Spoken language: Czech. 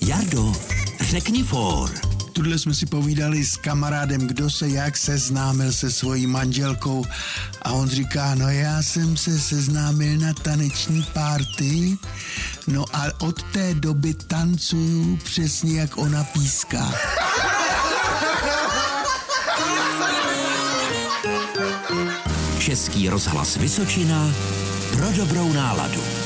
Jardo, řekni for. Tudle jsme si povídali s kamarádem, kdo se jak seznámil se svojí manželkou a on říká, no já jsem se seznámil na taneční party, no a od té doby tancuju přesně jak ona píská. Český rozhlas Vysočina pro dobrou náladu.